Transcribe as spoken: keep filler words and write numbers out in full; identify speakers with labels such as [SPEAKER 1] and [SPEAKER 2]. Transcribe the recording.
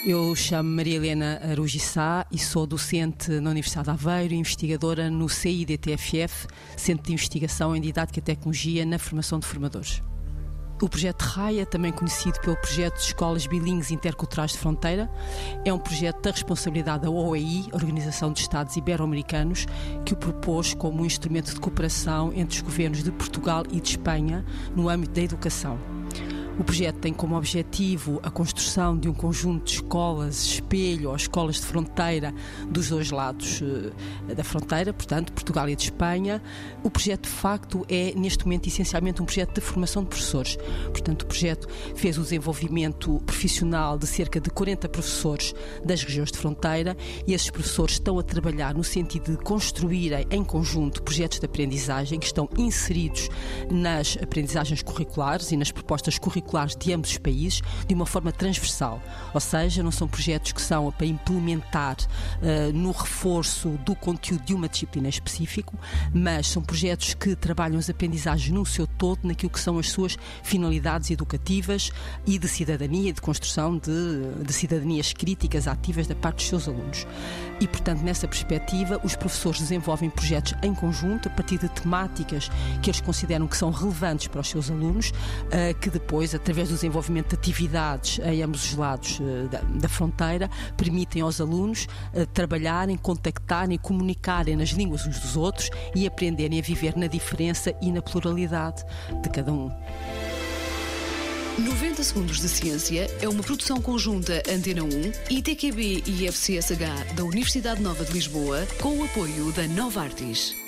[SPEAKER 1] Eu chamo-me Maria Helena Arujissá e sou docente na Universidade de Aveiro e investigadora no C I D T F F, Centro de Investigação em Didática e Tecnologia na Formação de Formadores. O projeto RAIA, também conhecido pelo projeto de Escolas Bilingues Interculturais de Fronteira, é um projeto da responsabilidade da O E I, Organização de Estados Ibero-Americanos, que o propôs como um instrumento de cooperação entre os governos de Portugal e de Espanha no âmbito da educação. O projeto tem como objetivo a construção de um conjunto de escolas espelho ou escolas de fronteira dos dois lados uh, da fronteira, portanto, Portugal e de Espanha. O projeto, de facto, é, neste momento, essencialmente um projeto de formação de professores. Portanto, o projeto fez o desenvolvimento profissional de cerca de quarenta professores das regiões de fronteira e esses professores estão a trabalhar no sentido de construírem em conjunto projetos de aprendizagem que estão inseridos nas aprendizagens curriculares e nas propostas curriculares de ambos os países, de uma forma transversal. Ou seja, não são projetos que são para implementar uh, no reforço do conteúdo de uma disciplina específica, mas são projetos que trabalham as aprendizagens no seu todo, naquilo que são as suas finalidades educativas e de cidadania e de construção de, de cidadanias críticas ativas da parte dos seus alunos. E, portanto, nessa perspectiva, os professores desenvolvem projetos em conjunto, a partir de temáticas que eles consideram que são relevantes para os seus alunos, uh, que depois, através do desenvolvimento de atividades em ambos os lados uh, da, da fronteira, permitem aos alunos uh, trabalharem, contactarem, comunicarem nas línguas uns dos outros e aprenderem a viver na diferença e na pluralidade de cada um.
[SPEAKER 2] noventa Segundos de Ciência é uma produção conjunta Antena um, I T Q B e I F C S H da Universidade Nova de Lisboa, com o apoio da Novartis.